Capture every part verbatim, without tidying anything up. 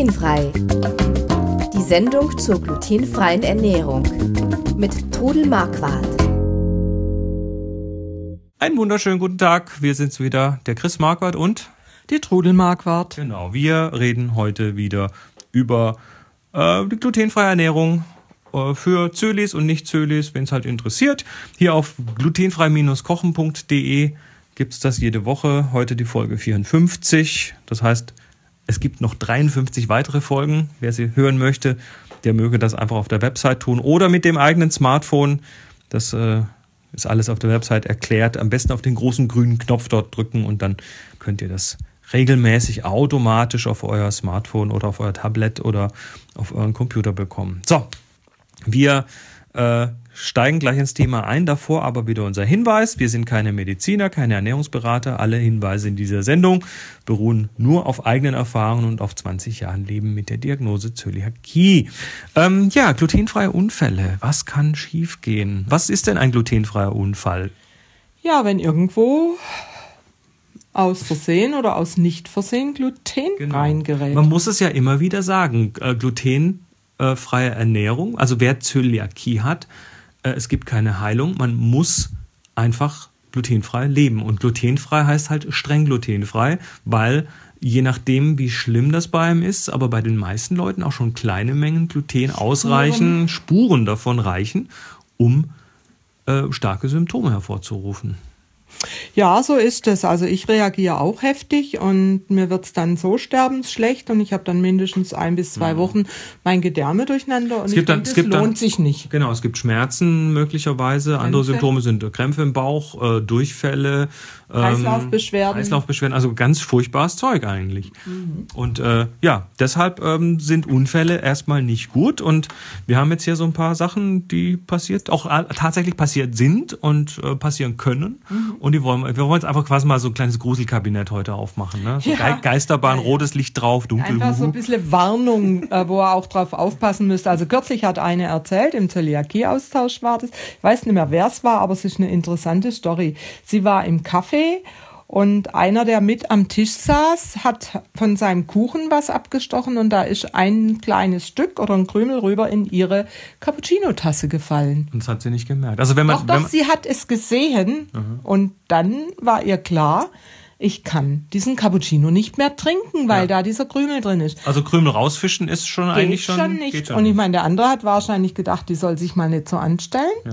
Glutenfrei. Die Sendung zur glutenfreien Ernährung mit Trudel Marquardt. Einen wunderschönen guten Tag. Wir sind's wieder, der Chris Marquardt und die Trudel Marquardt. Genau, wir reden heute wieder über äh, die glutenfreie Ernährung äh, für Zölis und Nicht-Zölis, wenn es halt interessiert. Hier auf glutenfrei Bindestrich kochen Punkt de gibt's das jede Woche. Heute die Folge vierundfünfzig. Das heißt, es gibt noch dreiundfünfzig weitere Folgen. Wer sie hören möchte, der möge das einfach auf der Website tun oder mit dem eigenen Smartphone. Das äh, ist alles auf der Website erklärt. Am besten auf den großen grünen Knopf dort drücken und dann könnt ihr das regelmäßig automatisch auf euer Smartphone oder auf euer Tablet oder auf euren Computer bekommen. So, wir äh, steigen gleich ins Thema ein. Davor aber wieder unser Hinweis. Wir sind keine Mediziner, keine Ernährungsberater. Alle Hinweise in dieser Sendung beruhen nur auf eigenen Erfahrungen und auf zwanzig Jahren Leben mit der Diagnose Zöliakie. Ähm, ja, glutenfreie Unfälle. Was kann schiefgehen? Was ist denn ein glutenfreier Unfall? Ja, wenn irgendwo aus Versehen oder aus Nicht-Versehen Gluten genau. reingerät. Man muss es ja immer wieder sagen. Äh, glutenfreie Ernährung, also wer Zöliakie hat, es gibt keine Heilung, man muss einfach glutenfrei leben. Und glutenfrei heißt halt streng glutenfrei, weil je nachdem, wie schlimm das bei einem ist, aber bei den meisten Leuten auch schon kleine Mengen Gluten ausreichen, Spuren, Spuren davon reichen, um äh, starke Symptome hervorzurufen. Ja, so ist es. Also ich reagiere auch heftig und mir wird es dann so sterbensschlecht und ich habe dann mindestens ein bis zwei Wochen mein Gedärme durcheinander und es gibt ich dann, denke, es gibt das lohnt dann, sich nicht. Genau, es gibt Schmerzen möglicherweise, Krämpfe. Andere Symptome sind Krämpfe im Bauch, äh, Durchfälle, Kreislaufbeschwerden. Kreislaufbeschwerden, also ganz furchtbares Zeug eigentlich. Mhm. Und äh, ja, deshalb ähm, sind Unfälle erstmal nicht gut und wir haben jetzt hier so ein paar Sachen, die passiert, auch äh, tatsächlich passiert sind und äh, passieren können. Mhm. Und die wollen wir, wir wollen jetzt einfach quasi mal so ein kleines Gruselkabinett heute aufmachen. Ne? So ja. Geisterbahn, ja, ja. Rotes Licht drauf, dunkel. Einfach so ein bisschen Warnung, äh, wo er auch drauf aufpassen müsste. Also kürzlich hat eine erzählt, im Zöliakie-Austausch war das. Ich weiß nicht mehr, wer es war, aber es ist eine interessante Story. Sie war im Café und einer, der mit am Tisch saß, hat von seinem Kuchen was abgestochen und da ist ein kleines Stück oder ein Krümel rüber in ihre Cappuccino-Tasse gefallen. Und das hat sie nicht gemerkt. Also wenn man, doch, doch, wenn man sie hat es gesehen mhm. und dann war ihr klar, ich kann diesen Cappuccino nicht mehr trinken, weil ja. da dieser Krümel drin ist. Also Krümel rausfischen ist schon geht eigentlich schon... schon nicht. Geht schon und ich nicht. meine, der andere hat wahrscheinlich gedacht, die soll sich mal nicht so anstellen. Ja.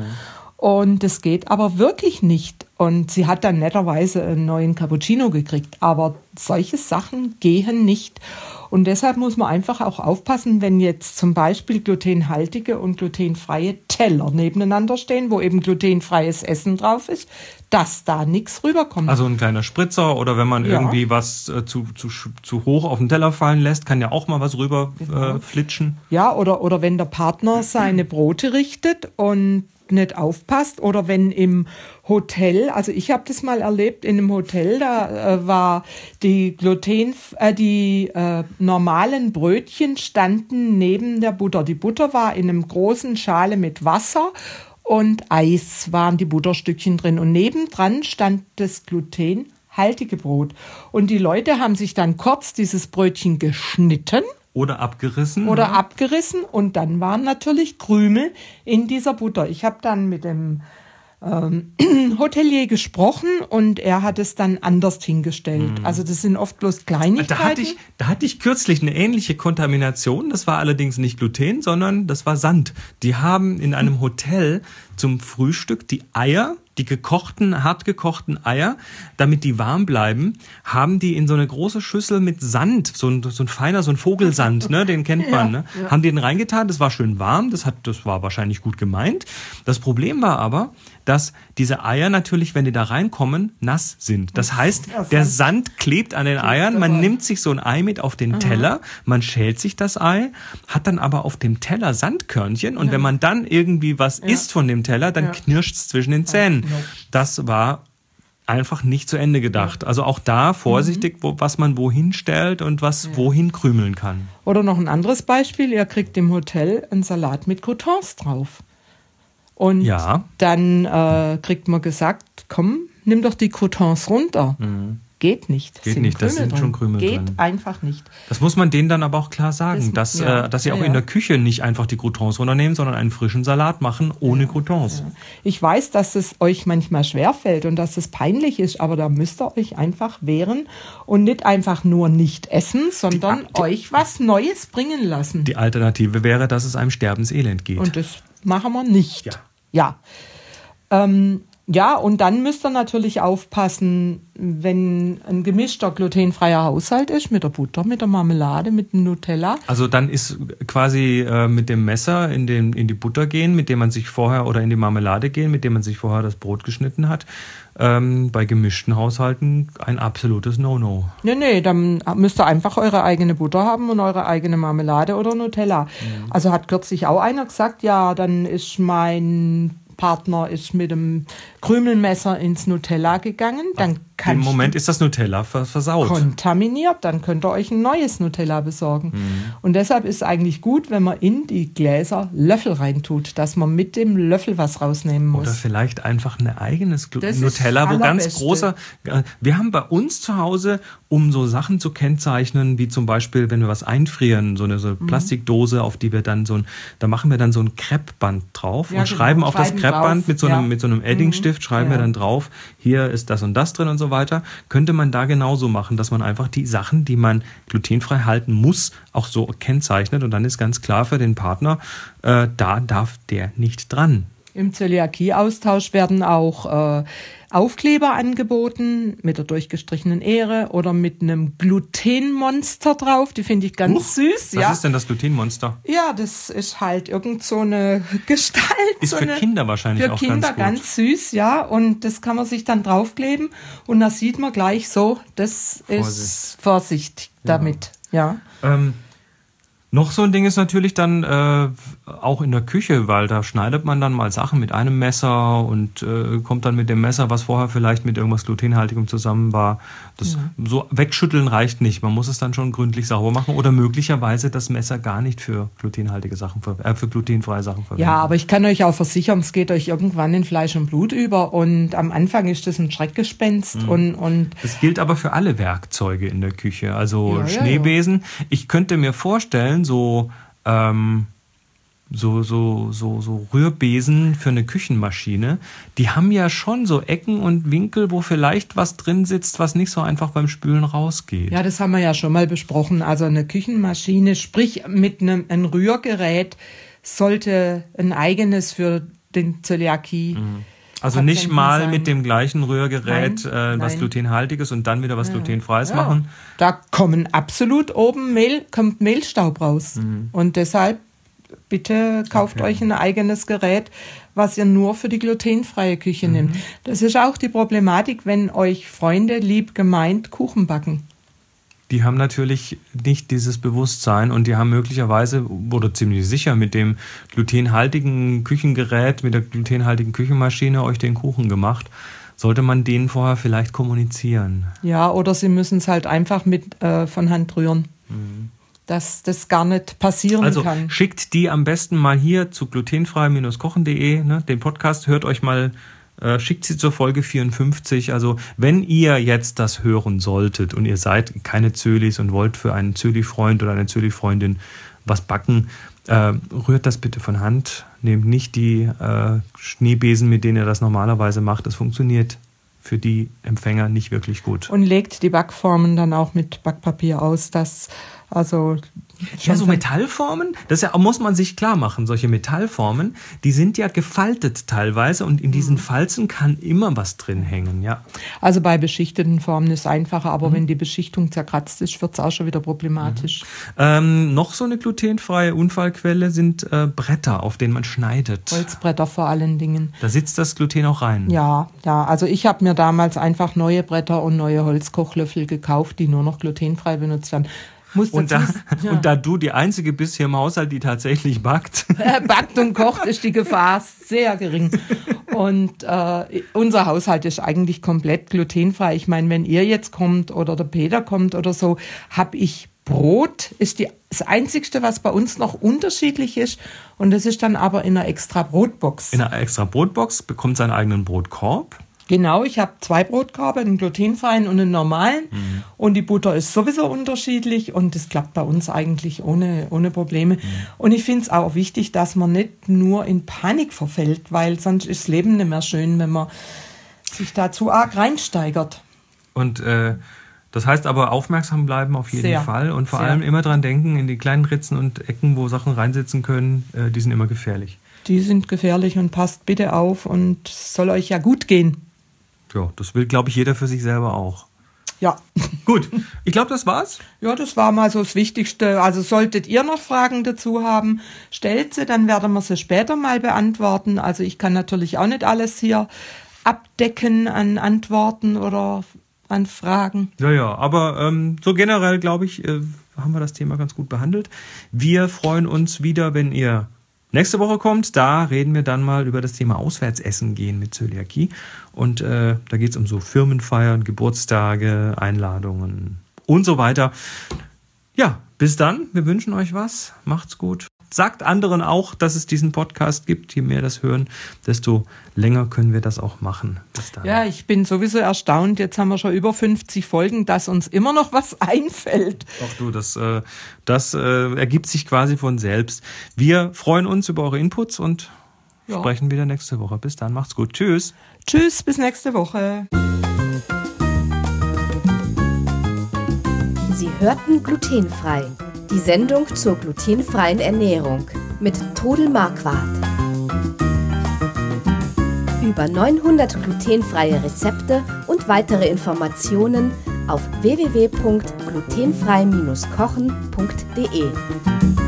Und das geht aber wirklich nicht. Und sie hat dann netterweise einen neuen Cappuccino gekriegt. Aber solche Sachen gehen nicht. Und deshalb muss man einfach auch aufpassen, wenn jetzt zum Beispiel glutenhaltige und glutenfreie Teller nebeneinander stehen, wo eben glutenfreies Essen drauf ist, dass da nichts rüberkommt. Also ein kleiner Spritzer oder wenn man ja. irgendwie was äh, zu, zu, zu hoch auf den Teller fallen lässt, kann ja auch mal was rüber genau. äh, flitschen. Ja, oder, oder wenn der Partner seine Brote richtet und nicht aufpasst oder wenn im Hotel, also ich habe das mal erlebt in einem Hotel, da äh, war die Gluten, äh, die äh, normalen Brötchen standen neben der Butter. Die Butter war in einem großen Schale mit Wasser und Eis waren die Butterstückchen drin und nebendran stand das glutenhaltige Brot. Und die Leute haben sich dann kurz dieses Brötchen geschnitten. Oder abgerissen. Oder ja. abgerissen und dann waren natürlich Krümel in dieser Butter. Ich habe dann mit dem ähm, Hotelier gesprochen und er hat es dann anders hingestellt. Mhm. Also das sind oft bloß Kleinigkeiten. Da hatte ich, da hatte ich kürzlich eine ähnliche Kontamination. Das war allerdings nicht Gluten, sondern das war Sand. Die haben in einem Hotel zum Frühstück die Eier, die gekochten, hart gekochten Eier, damit die warm bleiben, haben die in so eine große Schüssel mit Sand, so ein, so ein feiner, so ein Vogelsand, ne, den kennt man, ne, ja, ja. haben die den reingetan, das war schön warm, das hat, das war wahrscheinlich gut gemeint. Das Problem war aber, dass diese Eier natürlich, wenn die da reinkommen, nass sind. Das heißt, der Sand klebt an den Eiern, man nimmt sich so ein Ei mit auf den Teller, man schält sich das Ei, hat dann aber auf dem Teller Sandkörnchen und ja. wenn man dann irgendwie was ja. isst von dem Teller, dann ja. knirscht es zwischen den Zähnen. Das war einfach nicht zu Ende gedacht. Also auch da vorsichtig, wo, was man wohin stellt und was ja. wohin krümeln kann. Oder noch ein anderes Beispiel, ihr kriegt im Hotel einen Salat mit Croutons drauf. Und ja. dann äh, kriegt man gesagt, komm, nimm doch die Croutons runter. Mhm. Geht nicht. Geht nicht, das sind drin. schon Krümel Geht drin. Geht einfach nicht. Das muss man denen dann aber auch klar sagen, Das- dass, ja. äh, dass sie Ja, auch ja. in der Küche nicht einfach die Croutons runternehmen, sondern einen frischen Salat machen ohne Croutons. Ich weiß, dass es euch manchmal schwerfällt und dass es peinlich ist, aber da müsst ihr euch einfach wehren und nicht einfach nur nicht essen, sondern die- euch was Neues bringen lassen. Die Alternative wäre, dass es einem Sterbenselend geht. Und das machen wir nicht. Ja. Ja. Ähm, ja, und dann müsst ihr natürlich aufpassen, wenn ein gemischter glutenfreier Haushalt ist, mit der Butter, mit der Marmelade, mit dem Nutella. Also dann ist quasi äh, mit dem Messer in, den, in die Butter gehen, mit dem man sich vorher, oder in die Marmelade gehen, mit dem man sich vorher das Brot geschnitten hat, ähm, bei gemischten Haushalten ein absolutes No-No. Nee, nee, dann müsst ihr einfach eure eigene Butter haben und eure eigene Marmelade oder Nutella. Mhm. Also hat kürzlich auch einer gesagt, ja, dann ist mein Partner ist mit dem Krümelmesser ins Nutella gegangen. Dann kann Im Moment ist das Nutella vers- versaut. kontaminiert, dann könnt ihr euch ein neues Nutella besorgen. Mhm. Und deshalb ist es eigentlich gut, wenn man in die Gläser Löffel reintut, dass man mit dem Löffel was rausnehmen muss. Oder vielleicht einfach ein eigenes Glu- Das ist Nutella, wo ganz allerbeste. großer. Wir haben bei uns zu Hause, um so Sachen zu kennzeichnen, wie zum Beispiel, wenn wir was einfrieren, so eine so Mhm. Plastikdose, auf die wir dann so ein, da machen wir dann so ein Kreppband drauf Ja, und genau. schreiben auf das Schreiben Kreppband drauf. mit so Ja. einem, mit so einem Eddingstift, schreiben Ja. wir dann drauf, hier ist das und das drin und so weiter. Könnte man da genauso machen, dass man einfach die Sachen, die man glutenfrei halten muss, auch so kennzeichnet und dann ist ganz klar für den Partner, äh, da darf der nicht dran. Im Zöliakie-Austausch werden auch äh, Aufkleber angeboten mit der durchgestrichenen Ähre oder mit einem Glutenmonster drauf. Die finde ich ganz Huch, süß. Was Ja. ist denn das Glutenmonster? ja, das ist halt irgend so eine Gestalt. Ist so für eine, Kinder wahrscheinlich Für auch Kinder ganz gut. ganz süß, ja. Und das kann man sich dann draufkleben und da sieht man gleich so, das ist Vorsicht damit. Ja. Ähm, noch so ein Ding ist natürlich dann äh, auch in der Küche, weil da schneidet man dann mal Sachen mit einem Messer und äh, kommt dann mit dem Messer, was vorher vielleicht mit irgendwas Glutenhaltigem zusammen war. Das so wegschütteln reicht nicht. Man muss es dann schon gründlich sauber machen oder möglicherweise das Messer gar nicht für glutenhaltige Sachen, ver- äh, für glutenfreie Sachen verwenden. Ja, aber ich kann euch auch versichern, es geht euch irgendwann in Fleisch und Blut über und am Anfang ist das ein Schreckgespenst Mhm. und, und Das gilt aber für alle Werkzeuge in der Küche. Also Ja, ja, Schneebesen. Ich könnte mir vorstellen, so, ähm, so, so, so, so Rührbesen für eine Küchenmaschine, die haben ja schon so Ecken und Winkel, wo vielleicht was drin sitzt, was nicht so einfach beim Spülen rausgeht. ja, das haben wir ja schon mal besprochen. Also eine Küchenmaschine, sprich mit einem ein Rührgerät, sollte ein eigenes für den Zöliakie. Also nicht Patienten mal sein. mit dem gleichen Rührgerät Nein, äh, was nein. glutenhaltiges und dann wieder was glutenfreies Ja. machen. Da kommen absolut oben Mehl, kommt Mehlstaub raus. Und deshalb bitte kauft Mhm. Okay. euch ein eigenes Gerät, was ihr nur für die glutenfreie Küche Mhm. nehmt. Das ist auch die Problematik, wenn euch Freunde lieb gemeint Kuchen backen. Die haben natürlich nicht dieses Bewusstsein und die haben möglicherweise oder ziemlich sicher mit dem glutenhaltigen Küchengerät, mit der glutenhaltigen Küchenmaschine euch den Kuchen gemacht. Sollte man denen vorher vielleicht kommunizieren? Ja, oder sie müssen es halt einfach mit äh, von Hand rühren. Dass das gar nicht passieren Also kann. schickt die am besten mal hier zu glutenfrei kochen punkt de, ne, den Podcast, hört euch mal, äh, schickt sie zur Folge vierundfünfzig. Also wenn ihr jetzt das hören solltet und ihr seid keine Zölis und wollt für einen Zöli-Freund oder eine Zöli-Freundin was backen, äh, rührt das bitte von Hand. Nehmt nicht die äh, Schneebesen, mit denen ihr das normalerweise macht. Das funktioniert für die Empfänger nicht wirklich gut. Und legt die Backformen dann auch mit Backpapier aus, dass also Ja, so Metallformen, das ja, muss man sich klar machen. Solche Metallformen, die sind ja gefaltet teilweise und in diesen Falzen kann immer was drin hängen, ja. Also bei beschichteten Formen ist es einfacher, aber wenn die Beschichtung zerkratzt ist, wird es auch schon wieder problematisch. Ähm, noch so eine glutenfreie Unfallquelle sind äh, Bretter, auf denen man schneidet. Holzbretter vor allen Dingen. Da sitzt das Gluten auch rein. Ja, ja, also ich habe mir damals einfach neue Bretter und neue Holzkochlöffel gekauft, die nur noch glutenfrei benutzt werden. Muss Und da, dazu- ja. und da du die Einzige bist hier im Haushalt, die tatsächlich backt, backt und kocht, ist die Gefahr sehr gering. Und äh, unser Haushalt ist eigentlich komplett glutenfrei. Ich meine, wenn ihr jetzt kommt oder der Peter kommt oder so, habe ich Brot, ist die, das Einzigste, was bei uns noch unterschiedlich ist. Und das ist dann aber in einer extra Brotbox. in einer extra Brotbox bekommt seinen eigenen Brotkorb. Genau, ich habe zwei Brotkörbe, einen glutenfreien und einen normalen. Mhm. Und die Butter ist sowieso unterschiedlich und das klappt bei uns eigentlich ohne, ohne Probleme. Mhm. Und ich finde es auch wichtig, dass man nicht nur in Panik verfällt, weil sonst ist das Leben nicht mehr schön, wenn man sich da zu arg reinsteigert. Und äh, das heißt aber aufmerksam bleiben auf jeden Sehr, Fall und vor sehr. allem immer dran denken, in die kleinen Ritzen und Ecken, wo Sachen reinsitzen können, äh, die sind immer gefährlich. Die sind gefährlich und passt bitte auf und es soll euch ja gut gehen. Ja, das will, glaube ich, jeder für sich selber auch. Ja. Gut, ich glaube, das war's. Ja, das war mal so das Wichtigste. Also solltet ihr noch Fragen dazu haben, stellt sie, dann werden wir sie später mal beantworten. Also ich kann natürlich auch nicht alles hier abdecken an Antworten oder an Fragen. Ja, ja, aber ähm, so generell, glaube ich, äh, haben wir das Thema ganz gut behandelt. Wir freuen uns wieder, wenn ihr nächste Woche kommt. Da reden wir dann mal über das Thema Auswärtsessen gehen mit Zöliakie. Und äh, da geht es um so Firmenfeiern, Geburtstage, Einladungen und so weiter. Ja, bis dann. Wir wünschen euch was. Macht's gut. Sagt anderen auch, dass es diesen Podcast gibt. Je mehr das hören, desto länger können wir das auch machen. Bis dann. Ja, ich bin sowieso erstaunt. Jetzt haben wir schon über fünfzig Folgen, dass uns immer noch was einfällt. Ach du, das, äh, das äh, ergibt sich quasi von selbst. Wir freuen uns über eure Inputs und ja. sprechen wieder nächste Woche. Bis dann, macht's gut. Tschüss. Tschüss, bis nächste Woche. Sie hörten Glutenfrei. Die Sendung zur glutenfreien Ernährung mit Todel Marquardt. Über neunhundert glutenfreie Rezepte und weitere Informationen auf w w w punkt glutenfrei Bindestrich kochen punkt de.